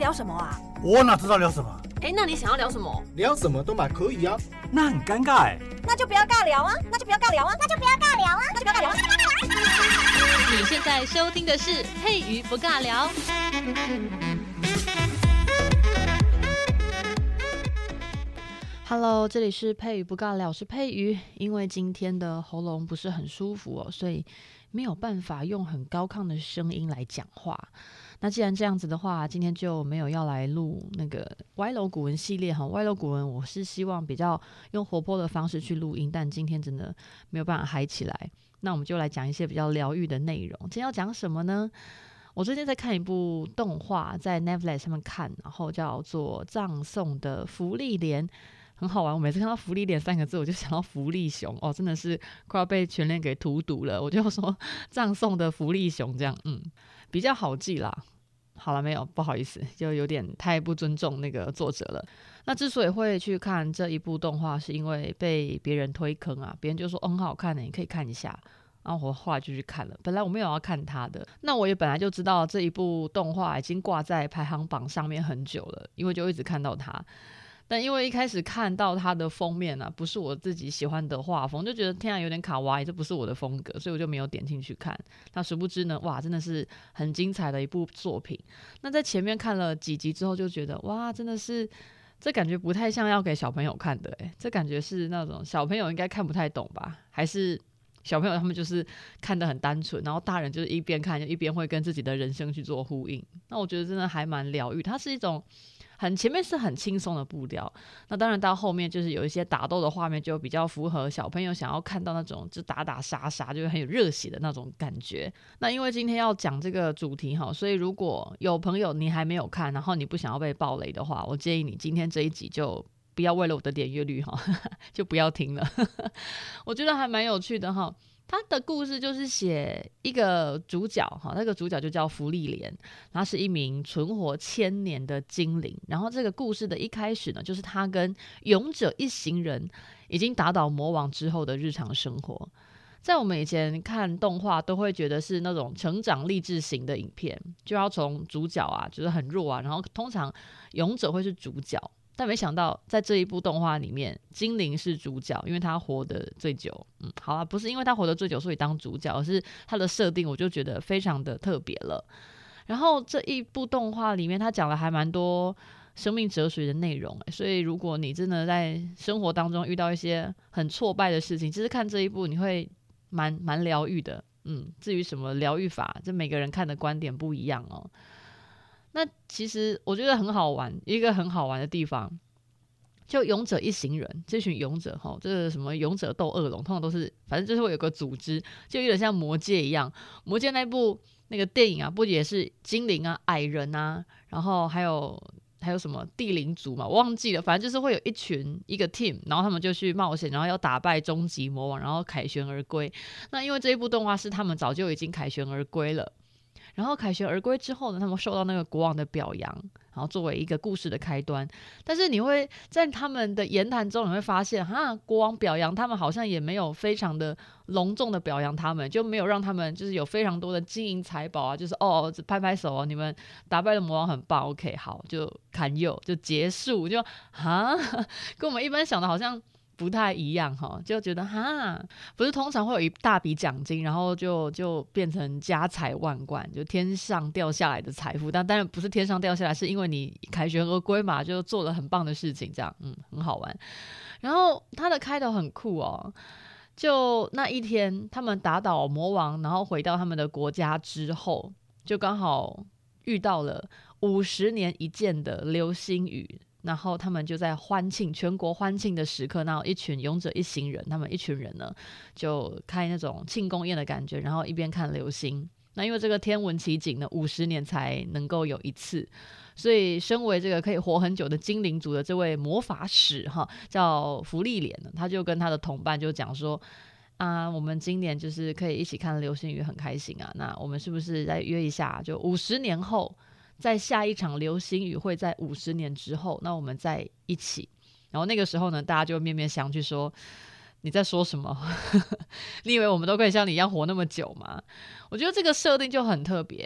聊什么啊？ 我哪知道聊什么？ 那你想要聊什么？ 聊什么都嘛可以啊。 那很尴尬哎。 那就不要尬聊啊！那就不要尬聊啊！那就不要尬聊啊！那就不要尬聊啊！ 你现在收听的是佩瑜不尬聊。Hello， 这里是佩瑜不尬聊，我是佩瑜。因为今天的喉咙不是很舒服哦，所以没有办法用很高亢的声音来讲话。那既然这样子的话，今天就没有要来录那个歪楼古文系列哈。歪楼古文我是希望比较用活泼的方式去录音，但今天真的没有办法嗨起来。那我们就来讲一些比较疗愈的内容。今天要讲什么呢？我最近在看一部动画，在 Netflix 上面看，然后叫做《葬送的芙莉莲》。很好玩，我每次看到芙莉莲3个字我就想到福利熊哦，真的是快要被全联给荼毒了。我就说葬送的福利熊这样，比较好记啦。好了没有，不好意思，就有点太不尊重那个作者了。那之所以会去看这一部动画，是因为被别人推坑啊，别人就说很好看的，你可以看一下。然后我后来就去看了，本来我没有要看它的，那我也本来就知道这一部动画已经挂在排行榜上面很久了，因为就一直看到它。但因为一开始看到它的封面啊，不是我自己喜欢的画风，就觉得天啊有点卡哇伊，这不是我的风格，所以我就没有点进去看。那殊不知呢，哇，真的是很精彩的一部作品。那在前面看了几集之后，就觉得哇，真的是这感觉不太像要给小朋友看的这感觉是那种小朋友应该看不太懂吧？还是小朋友他们就是看得很单纯，然后大人就是一边看就一边会跟自己的人生去做呼应。那我觉得真的还蛮疗愈，它是一种前面是很轻松的步调，那当然到后面就是有一些打斗的画面就比较符合小朋友想要看到那种就打打杀杀就是很有热血的那种感觉。那因为今天要讲这个主题所以如果有朋友你还没有看，然后你不想要被爆雷的话，我建议你今天这一集就不要为了我的点阅率就不要听了我觉得还蛮有趣的他的故事就是写一个主角那个主角就叫芙莉莲，他是一名存活1000年的精灵。然后这个故事的一开始呢，就是他跟勇者一行人已经打倒魔王之后的日常生活。在我们以前看动画都会觉得是那种成长励志型的影片，就要从主角就是很弱然后通常勇者会是主角，但没想到在这一部动画里面精灵是主角，因为他活得最久。好啦，不是因为他活得最久所以当主角，而是他的设定我就觉得非常的特别了。然后这一部动画里面他讲了还蛮多生命哲学的内容所以如果你真的在生活当中遇到一些很挫败的事情，其实看这一部你会蛮疗愈的。至于什么疗愈法，这每个人看的观点不一样那其实我觉得很好玩，一个很好玩的地方，就勇者一行人这群勇者这个什么勇者斗恶龙，通常都是反正就是会有个组织，就有点像魔戒一样。魔戒那部那个电影不也是精灵矮人然后还有什么地灵族嘛，我忘记了，反正就是会有一个 team， 然后他们就去冒险，然后要打败终极魔王，然后凯旋而归。那因为这一部动画是他们早就已经凯旋而归了，然后凯旋而归之后呢，他们受到那个国王的表扬，然后作为一个故事的开端。但是你会在他们的言谈中，你会发现国王表扬他们好像也没有非常的隆重的表扬他们，就没有让他们就是有非常多的金银财宝就是拍拍手你们打败了魔王很棒 OK 好就砍右就结束，就跟我们一般想的好像不太一样就觉得不是通常会有一大笔奖金，然后就变成家财万贯，就天上掉下来的财富。但当然不是天上掉下来，是因为你凯旋而归嘛，就做了很棒的事情，这样很好玩。然后他的开头很酷就那一天他们打倒魔王，然后回到他们的国家之后，就刚好遇到了50年一见的流星雨。然后他们就在全国欢庆的时刻，然后一群勇者一行人，他们一群人呢就开那种庆功宴的感觉，然后一边看流星。那因为这个天文奇景呢50年才能够有一次，所以身为这个可以活很久的精灵族的这位魔法使叫芙莉莲呢，他就跟他的同伴就讲说我们今年就是可以一起看流星雨很开心那我们是不是再约一下，就50年后在下一场流星雨会在50年之后，那我们在一起。然后那个时候呢，大家就面面相觑说你在说什么你以为我们都可以像你一样活那么久吗？我觉得这个设定就很特别，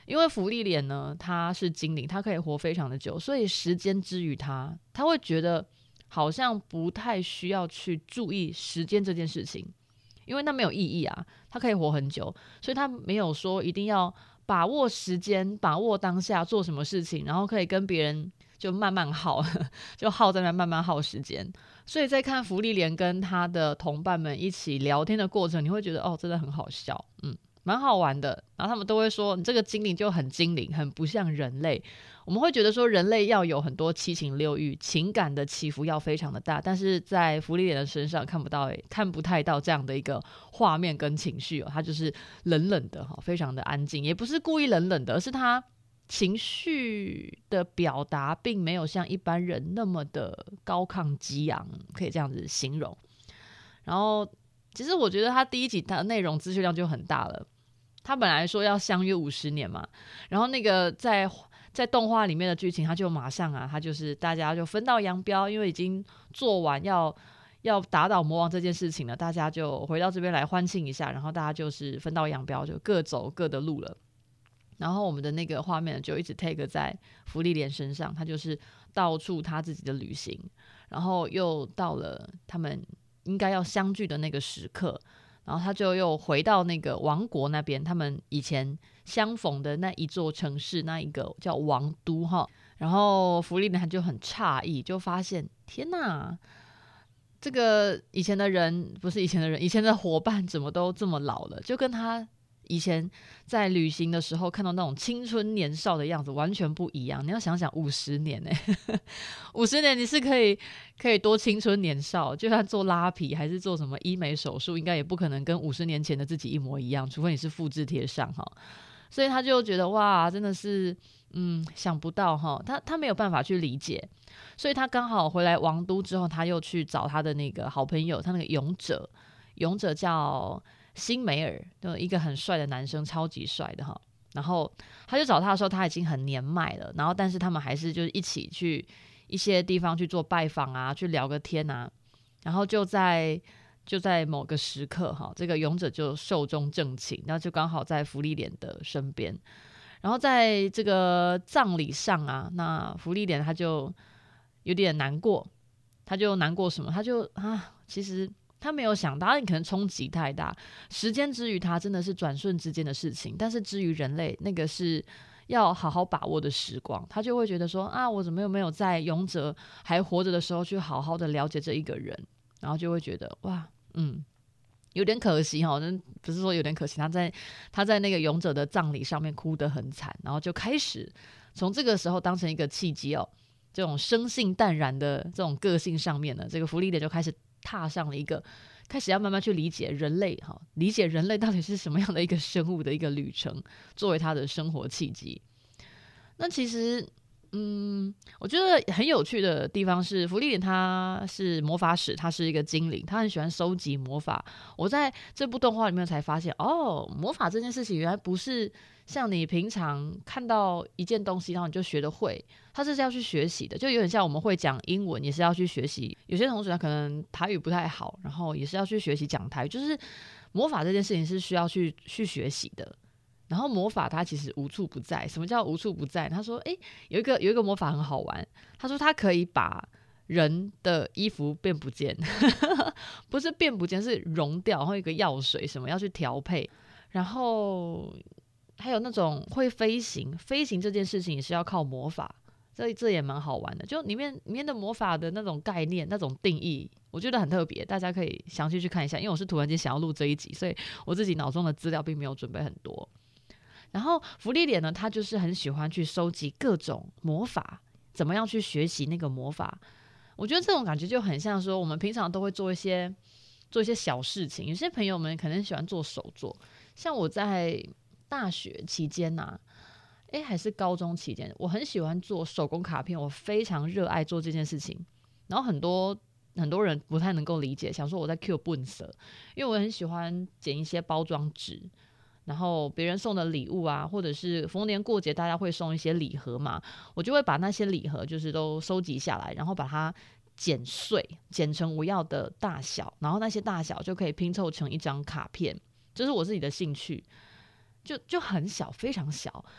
因为芙莉莲呢，它是精灵，它可以活非常的久，所以时间之于它，它会觉得好像不太需要去注意时间这件事情，因为那没有意义啊，它可以活很久，所以它没有说一定要把握时间，把握当下做什么事情，然后可以跟别人就慢慢耗，就耗在那慢慢耗时间。所以在看芙莉莲跟他的同伴们一起聊天的过程，你会觉得真的很好笑，蛮好玩的。然后他们都会说，你这个精灵就很精灵，很不像人类。我们会觉得说，人类要有很多七情六欲，情感的起伏要非常的大，但是在芙莉莲的身上看不太到这样的一个画面跟情绪他就是冷冷的非常的安静，也不是故意冷冷的，而是他情绪的表达并没有像一般人那么的高亢激昂，可以这样子形容。然后其实我觉得他第一集的内容资讯量就很大了，他本来说要相约50年嘛，然后那个在动画里面的剧情，他就马上他就是大家就分道扬镳，因为已经做完要打倒魔王这件事情了，大家就回到这边来欢庆一下，然后大家就是分道扬镳，就各走各的路了。然后我们的那个画面就一直 take 在芙莉莲身上，他就是到处他自己的旅行，然后又到了他们应该要相聚的那个时刻，然后他就又回到那个王国那边，他们以前相逢的那一座城市，那一个叫王都然后芙莉莲他就很诧异，就发现天哪，这个以前的伙伴怎么都这么老了，就跟他以前在旅行的时候看到那种青春年少的样子完全不一样。你要想想50年50年你是可以多青春年少，就算做拉皮还是做什么医美手术，应该也不可能跟50年前的自己一模一样，除非你是复制贴上所以他就觉得哇，真的是想不到他没有办法去理解。所以他刚好回来王都之后，他又去找他的那个好朋友，他那个勇者叫辛梅尔，就一个很帅的男生，超级帅的然后他就找他的时候，他已经很年迈了，然后但是他们还是就是一起去一些地方去做拜访去聊个天然后就在某个时刻这个勇者就寿终正寝，然后就刚好在芙莉莲的身边。然后在这个葬礼上那芙莉莲他就有点难过，他就难过什么？他就其实他没有想到，你可能冲击太大，时间之于他真的是转瞬之间的事情，但是之于人类，那个是要好好把握的时光。他就会觉得说我怎么又没有在勇者还活着的时候去好好的了解这一个人，然后就会觉得哇有点可惜不是说有点可惜，他在那个勇者的葬礼上面哭得很惨，然后就开始从这个时候当成一个契机这种生性淡然的这种个性上面呢，这个芙莉莲就开始踏上了一个开始要慢慢去理解人类理解人类到底是什么样的一个生物的一个旅程，作为他的生活契机。那其实我觉得很有趣的地方是，芙莉莲他是魔法使，他是一个精灵，他很喜欢收集魔法。我在这部动画里面才发现魔法这件事情原来不是像你平常看到一件东西然后你就学得会，它是要去学习的，就有点像我们会讲英文也是要去学习，有些同学可能台语不太好，然后也是要去学习讲台语，就是魔法这件事情是需要去学习的。然后魔法它其实无处不在。什么叫无处不在？他说有一个魔法很好玩，他说他可以把人的衣服变不见不是变不见，是融掉，然后一个药水什么要去调配，然后还有那种会飞行这件事情也是要靠魔法，这也蛮好玩的。就里面的魔法的那种概念那种定义我觉得很特别，大家可以详细去看一下，因为我是突然间想要录这一集，所以我自己脑中的资料并没有准备很多。然后芙莉莲呢，他就是很喜欢去收集各种魔法，怎么样去学习那个魔法。我觉得这种感觉就很像说我们平常都会做一些小事情，有些朋友们可能喜欢做手作，像我在大学期间还是高中期间，我很喜欢做手工卡片，我非常热爱做这件事情。然后很多人不太能够理解，想说我在 Q 笨色，因为我很喜欢剪一些包装纸，然后别人送的礼物或者是逢年过节大家会送一些礼盒嘛，我就会把那些礼盒就是都收集下来，然后把它剪碎，剪成我要的大小，然后那些大小就可以拼凑成一张卡片，这是我自己的兴趣，就很小，非常小。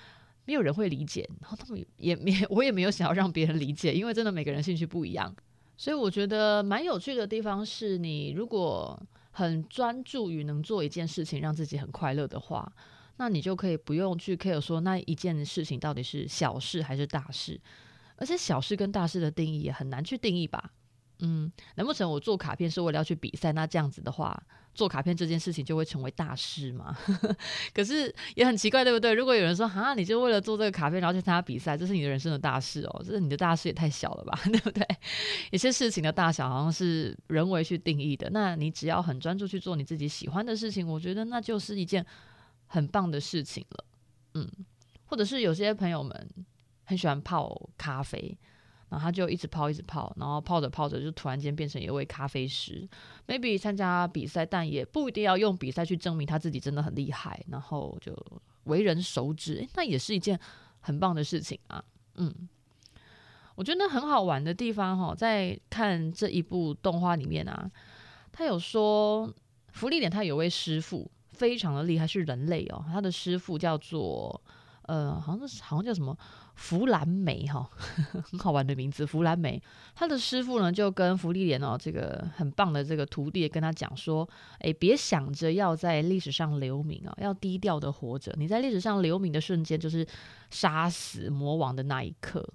没有人会理解，然后他们我也没有想要让别人理解，因为真的每个人兴趣不一样。所以我觉得蛮有趣的地方是，你如果很专注于能做一件事情让自己很快乐的话，那你就可以不用去 care 说那一件事情到底是小事还是大事，而且小事跟大事的定义也很难去定义吧。难不成我做卡片是为了要去比赛？那这样子的话，做卡片这件事情就会成为大事吗？可是也很奇怪，对不对？如果有人说哈，你就为了做这个卡片然后去参加比赛，这是你的人生的大事哦，这是你的大事也太小了吧，对不对？有些事情的大小好像是人为去定义的，那你只要很专注去做你自己喜欢的事情，我觉得那就是一件很棒的事情了。或者是有些朋友们很喜欢泡咖啡，然后他就一直泡，然后泡着泡着就突然间变成一位咖啡师。maybe 参加比赛，但也不一定要用比赛去证明他自己真的很厉害，然后就为人熟知，那也是一件很棒的事情啊。我觉得很好玩的地方在看这一部动画里面啊，他有说芙莉莲他有位师傅非常的厉害，是人类哦，他的师傅叫做好像叫什么弗兰梅很好玩的名字，弗兰梅。他的师傅呢就跟芙莉莲这个很棒的这个徒弟跟他讲说，别想着要在历史上留名要低调的活着。你在历史上留名的瞬间，就是杀死魔王的那一刻。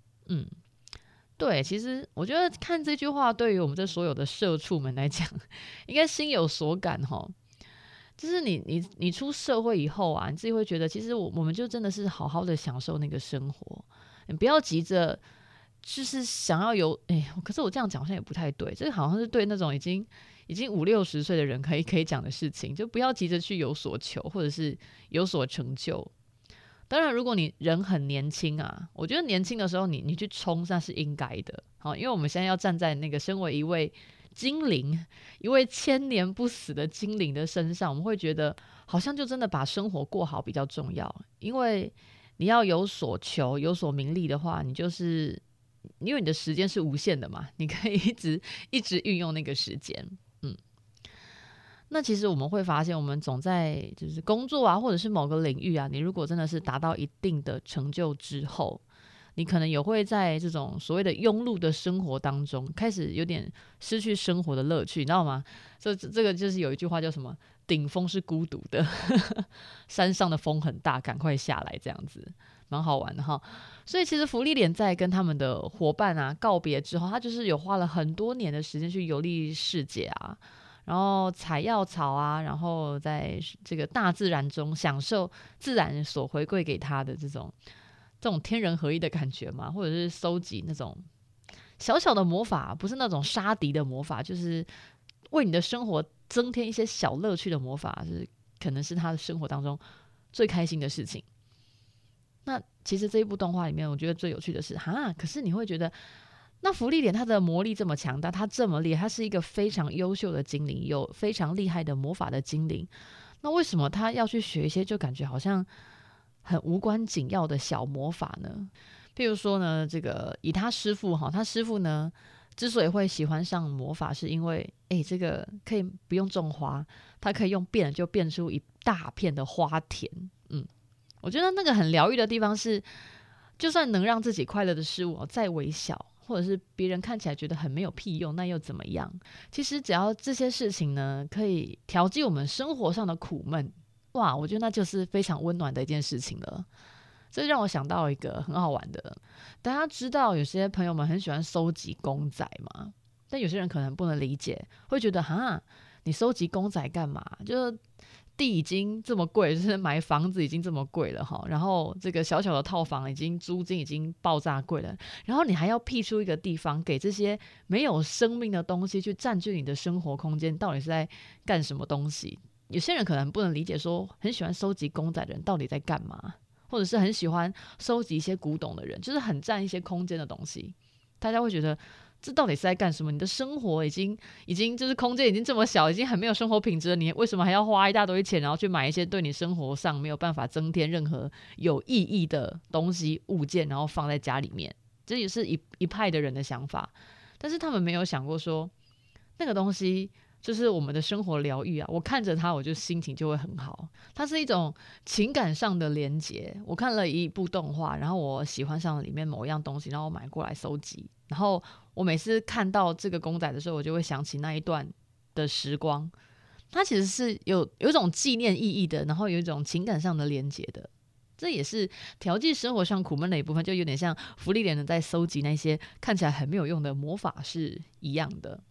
对，其实我觉得看这句话，对于我们这所有的社畜们来讲，应该心有所感就是你出社会以后啊，你自己会觉得，其实我们就真的是好好的享受那个生活，你不要急着就是想要有可是我这样讲好像也不太对，这好像是对那种已经50-60岁的人可以讲的事情，就不要急着去有所求或者是有所成就。当然如果你人很年轻啊，我觉得年轻的时候你去冲那是应该的，因为我们现在要站在那个身为一位精灵，一位千年不死的精灵的身上，我们会觉得好像就真的把生活过好比较重要。因为你要有所求有所名利的话，你就是因为你的时间是无限的嘛，你可以一直运用那个时间。那其实我们会发现，我们总在就是工作啊，或者是某个领域啊，你如果真的是达到一定的成就之后，你可能也会在这种所谓的庸碌的生活当中，开始有点失去生活的乐趣，你知道吗？这个就是有一句话叫什么？顶峰是孤独的，山上的风很大，赶快下来，这样子蛮好玩的哈。所以其实芙莉莲在跟他们的伙伴啊告别之后，他就是有花了很多年的时间去游历世界啊，然后采药草啊，然后在这个大自然中享受自然所回馈给他的这种天人合一的感觉嘛，或者是收集那种小小的魔法，不是那种杀敌的魔法，就是为你的生活增添一些小乐趣的魔法，可能是他的生活当中最开心的事情。那其实这一部动画里面，我觉得最有趣的是可是你会觉得那芙莉莲他的魔力这么强大，他这么厉害，他是一个非常优秀的精灵，有非常厉害的魔法的精灵，那为什么他要去学一些就感觉好像很无关紧要的小魔法呢？譬如说呢，这个以他师父呢之所以会喜欢上魔法，是因为这个可以不用种花，他可以用变了就变出一大片的花田。我觉得那个很疗愈的地方是，就算能让自己快乐的事物再微小，或者是别人看起来觉得很没有屁用，那又怎么样？其实只要这些事情呢可以调剂我们生活上的苦闷，哇，我觉得那就是非常温暖的一件事情了。这让我想到一个很好玩的，大家知道有些朋友们很喜欢收集公仔嘛，但有些人可能不能理解，会觉得你收集公仔干嘛？就地已经这么贵，就是买房子已经这么贵了然后这个小小的套房租金已经爆炸贵了，然后你还要辟出一个地方给这些没有生命的东西去占据你的生活空间，到底是在干什么东西？有些人可能不能理解说很喜欢收集公仔的人到底在干嘛，或者是很喜欢收集一些古董的人，就是很占一些空间的东西，大家会觉得这到底是在干什么？你的生活已经就是空间已经这么小，已经很没有生活品质了，你为什么还要花一大堆钱，然后去买一些对你生活上没有办法增添任何有意义的东西物件，然后放在家里面？这也是一派的人的想法，但是他们没有想过说那个东西就是我们的生活疗愈啊。我看着它，我就心情就会很好。它是一种情感上的连结。我看了一部动画，然后我喜欢上了里面某一样东西，然后我买过来收集。然后我每次看到这个公仔的时候，我就会想起那一段的时光。它其实是有一种纪念意义的，然后有一种情感上的连结的。这也是调剂生活上苦闷的一部分，就有点像芙莉莲人在搜集那些看起来很没有用的魔法是一样的。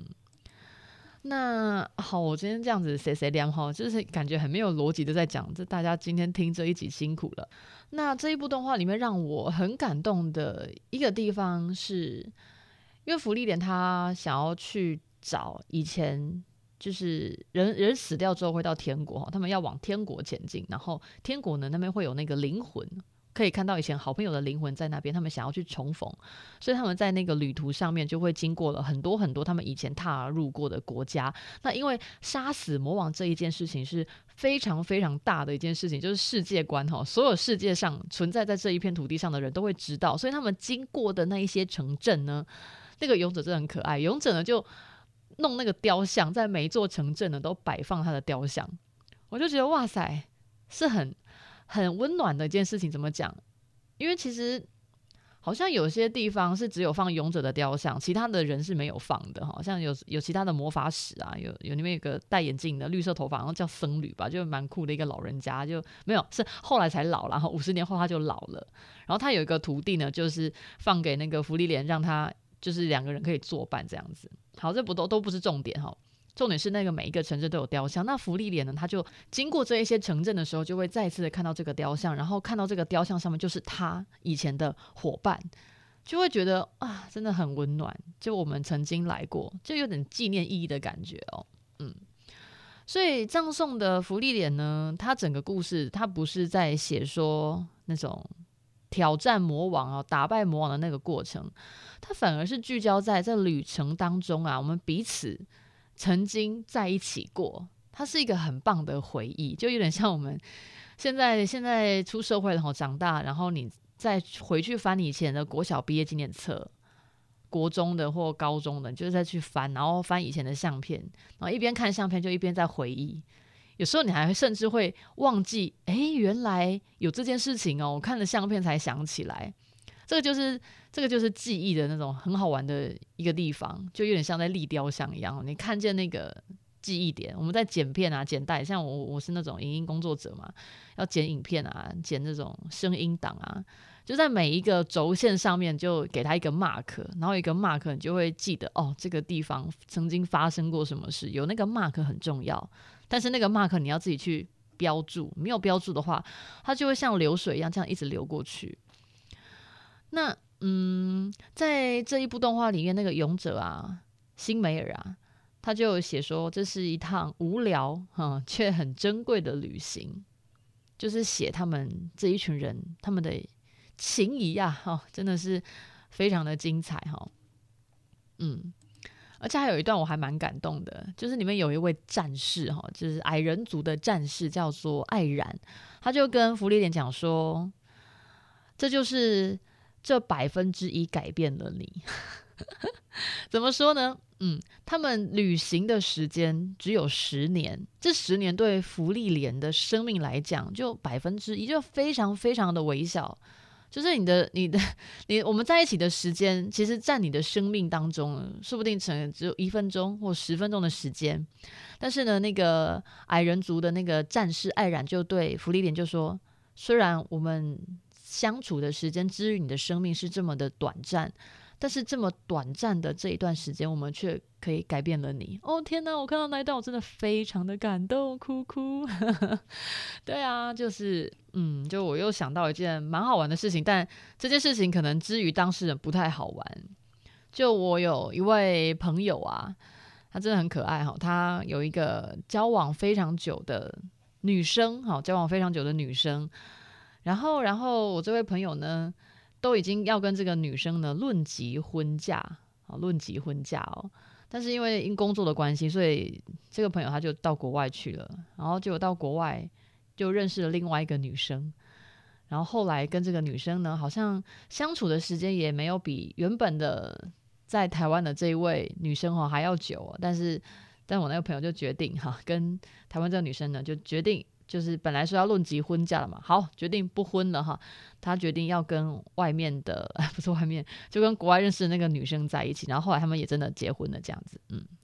那好，我今天这样子谁凉哈，就是感觉很没有逻辑的在讲，这大家今天听这一集辛苦了。那这一部动画里面让我很感动的一个地方是，因为芙莉莲他想要去找以前。就是人死掉之后会到天国，他们要往天国前进，然后天国呢那边会有那个灵魂，可以看到以前好朋友的灵魂在那边，他们想要去重逢，所以他们在那个旅途上面就会经过了很多很多他们以前踏入过的国家。那因为杀死魔王这一件事情是非常非常大的一件事情，就是世界观，所有世界上存在在这一片土地上的人都会知道，所以他们经过的那一些城镇呢，那个勇者真的很可爱，勇者呢就弄那个雕像，在每一座城镇呢都摆放他的雕像，我就觉得哇塞，是很温暖的一件事情。怎么讲？因为其实好像有些地方是只有放勇者的雕像，其他的人是没有放的，好像有其他的魔法使啊，有里面有个戴眼镜的绿色头发，然后叫僧侣吧，就蛮酷的一个老人家，就没有，是后来才老，然后50年后他就老了，然后他有一个徒弟呢，就是放给那个芙莉莲，让他就是2个人可以作伴这样子。好，这都不是重点哈，重点是那个每一个城镇都有雕像。那芙莉莲呢，他就经过这一些城镇的时候，就会再次的看到这个雕像，然后看到这个雕像上面就是他以前的伙伴，就会觉得啊，真的很温暖。就我们曾经来过，就有点纪念意义的感觉哦。所以葬送的芙莉莲呢，他整个故事他不是在写说那种挑战魔王打败魔王的那个过程，它反而是聚焦在这旅程当中啊，我们彼此曾经在一起过，它是一个很棒的回忆，就有点像我们现在出社会了长大，然后你再回去翻你以前的国小毕业纪念册，国中的或高中的，你就是再去翻，然后翻以前的相片，然后一边看相片就一边在回忆。有时候你还甚至会忘记，原来有这件事情我看了相片才想起来。这个就是记忆的那种很好玩的一个地方，就有点像在立雕像一样，你看见那个记忆点。我们在剪片啊、剪带，像我是那种影音工作者嘛，要剪影片啊、剪那种声音档啊，就在每一个轴线上面就给他一个 mark， 然后一个 mark 你就会记得这个地方曾经发生过什么事，有那个 mark 很重要。但是那个 mark 你要自己去标注，没有标注的话，它就会像流水一样这样一直流过去。那在这一部动画里面，那个勇者啊，辛梅尔啊，他就有写说，这是一趟无聊却很珍贵的旅行，就是写他们这一群人他们的情谊啊，真的是非常的精彩而且还有一段我还蛮感动的，就是里面有一位战士就是矮人族的战士，叫做艾然，他就跟芙莉莲讲说，这就是这1%改变了你。怎么说呢？他们旅行的时间只有10年，这10年对芙莉莲的生命来讲，就1%，就非常非常的微小。就是我们在一起的时间，其实在你的生命当中，说不定只有1分钟或10分钟的时间。但是呢，那个矮人族的那个战士艾然就对芙莉莲就说，虽然我们相处的时间之于你的生命是这么的短暂，但是这么短暂的这一段时间，我们却可以改变了你。天哪，我看到那一段我真的非常的感动，哭哭。对啊，就是就我又想到一件蛮好玩的事情，但这件事情可能之于当事人不太好玩。就我有一位朋友啊，她真的很可爱她有一个交往非常久的女生然后我这位朋友呢，都已经要跟这个女生呢论及婚嫁但是因为工作的关系，所以这个朋友他就到国外去了，然后结果到国外就认识了另外一个女生，然后后来跟这个女生呢，好像相处的时间也没有比原本的在台湾的这一位女生还要久但是但我那个朋友就决定跟台湾这个女生呢就决定，就是本来说要论及婚嫁了嘛，好，决定不婚了他决定要跟外面的不是外面，就跟国外认识的那个女生在一起，然后后来他们也真的结婚了，这样子，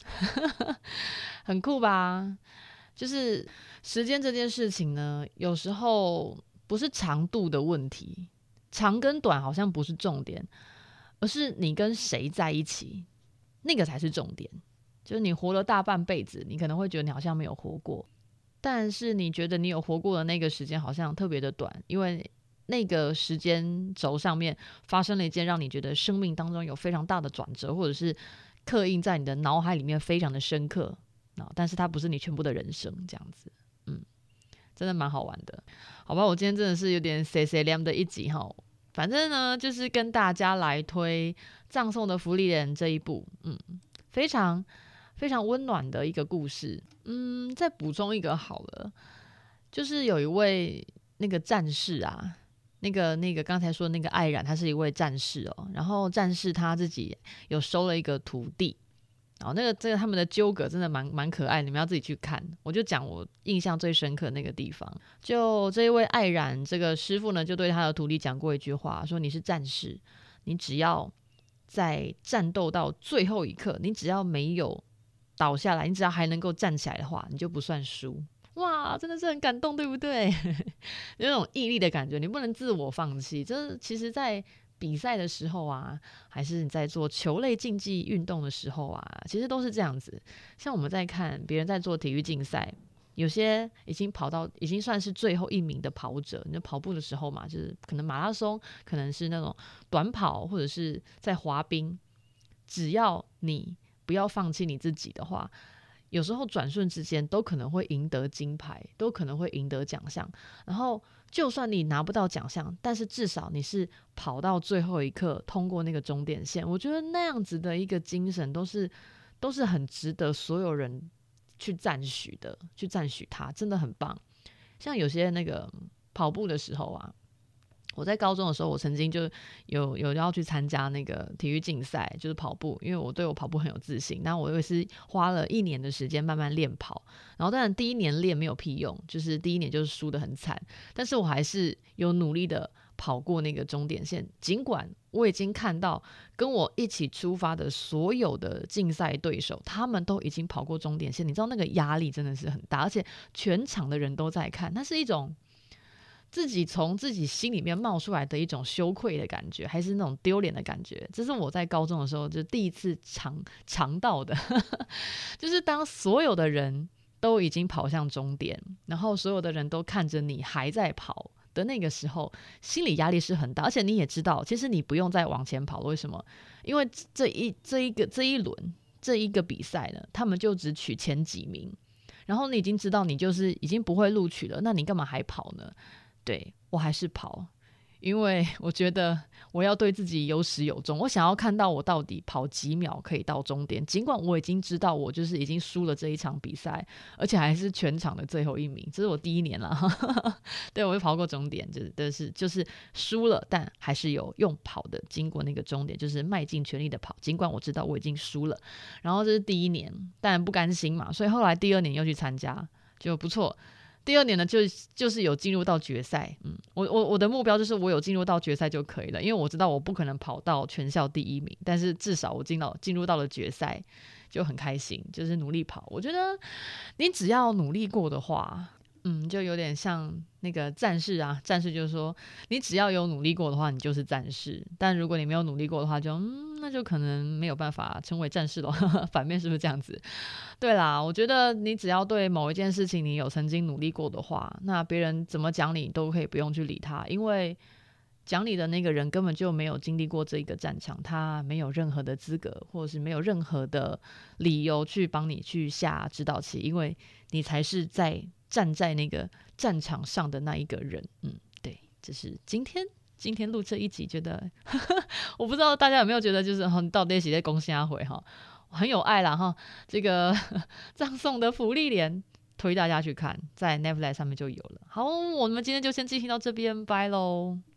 很酷吧？就是时间这件事情呢，有时候不是长度的问题，长跟短好像不是重点，而是你跟谁在一起，那个才是重点。就是你活了大半辈子，你可能会觉得你好像没有活过，但是你觉得你有活过的那个时间好像特别的短，因为那个时间轴上面发生了一件让你觉得生命当中有非常大的转折，或者是刻印在你的脑海里面非常的深刻，但是它不是你全部的人生，这样子，真的蛮好玩的。好吧，我今天真的是有点 say 凉的一集哈。反正呢，就是跟大家来推《葬送的芙莉莲》这一部，非常非常温暖的一个故事。再补充一个好了，就是有一位那个战士啊，那个刚才说的那个艾冉，他是一位战士哦。然后战士他自己有收了一个徒弟。这个他们的纠葛真的蛮可爱，你们要自己去看。我就讲我印象最深刻的那个地方，就这一位艾冉这个师傅呢，就对他的徒弟讲过一句话，说你是战士，你只要在战斗到最后一刻，你只要没有倒下来，你只要还能够站起来的话，你就不算输。哇，真的是很感动，对不对？有那种毅力的感觉，你不能自我放弃。这其实在比赛的时候啊，还是你在做球类竞技运动的时候啊，其实都是这样子。像我们在看别人在做体育竞赛，有些已经算是最后一名的跑者，你在跑步的时候嘛，就是可能马拉松，可能是那种短跑，或者是在滑冰，只要你不要放弃你自己的话，有时候转瞬之间都可能会赢得金牌，都可能会赢得奖项。然后就算你拿不到奖项，但是至少你是跑到最后一刻通过那个终点线，我觉得那样子的一个精神都是很值得所有人去赞许的，去赞许他，真的很棒。像有些那个跑步的时候啊，我在高中的时候，我曾经就有要去参加那个体育竞赛，就是跑步，因为我对我跑步很有自信。那我也是花了1年的时间慢慢练跑，然后当然第1年练没有屁用，就是第1年就是输得很惨，但是我还是有努力的跑过那个终点线。尽管我已经看到跟我一起出发的所有的竞赛对手，他们都已经跑过终点线，你知道那个压力真的是很大，而且全场的人都在看，那是一种自己从自己心里面冒出来的一种羞愧的感觉，还是那种丢脸的感觉。这是我在高中的时候就第一次尝到的就是当所有的人都已经跑向终点，然后所有的人都看着你还在跑的那个时候，心理压力是很大，而且你也知道其实你不用再往前跑了。为什么？因为这一轮这一个比赛呢，他们就只取前几名，然后你已经知道你就是已经不会录取了，那你干嘛还跑呢？对，我还是跑，因为我觉得我要对自己有始有终，我想要看到我到底跑几秒可以到终点。尽管我已经知道我就是已经输了这一场比赛，而且还是全场的最后1名，这是我第1年了对，我就跑过终点，就是输了，但还是有用跑的经过那个终点，就是卖尽全力的跑，尽管我知道我已经输了。然后这是第1年，当然不甘心嘛，所以后来第2年又去参加，就不错。第2年呢，就是有进入到决赛。我的目标就是我有进入到决赛就可以了，因为我知道我不可能跑到全校第1名，但是至少我进入到了决赛，就很开心，就是努力跑。我觉得你只要努力过的话，就有点像那个战士啊，战士就是说你只要有努力过的话，你就是战士，但如果你没有努力过的话，那就可能没有办法成为战士了反面是不是这样子？对啦，我觉得你只要对某一件事情你有曾经努力过的话，那别人怎么讲你都可以不用去理他，因为讲你的那个人根本就没有经历过这个战场，他没有任何的资格，或者是没有任何的理由去帮你去下指导棋，因为你才是站在那个战场上的那一个人。对，这是今天录这一集，觉得我不知道大家有没有觉得就是你到底是在讲啥回很有爱啦哈。这个葬送的芙莉莲推大家去看，在 Netflix 上面就有了。好，我们今天就先进行到这边，拜喽。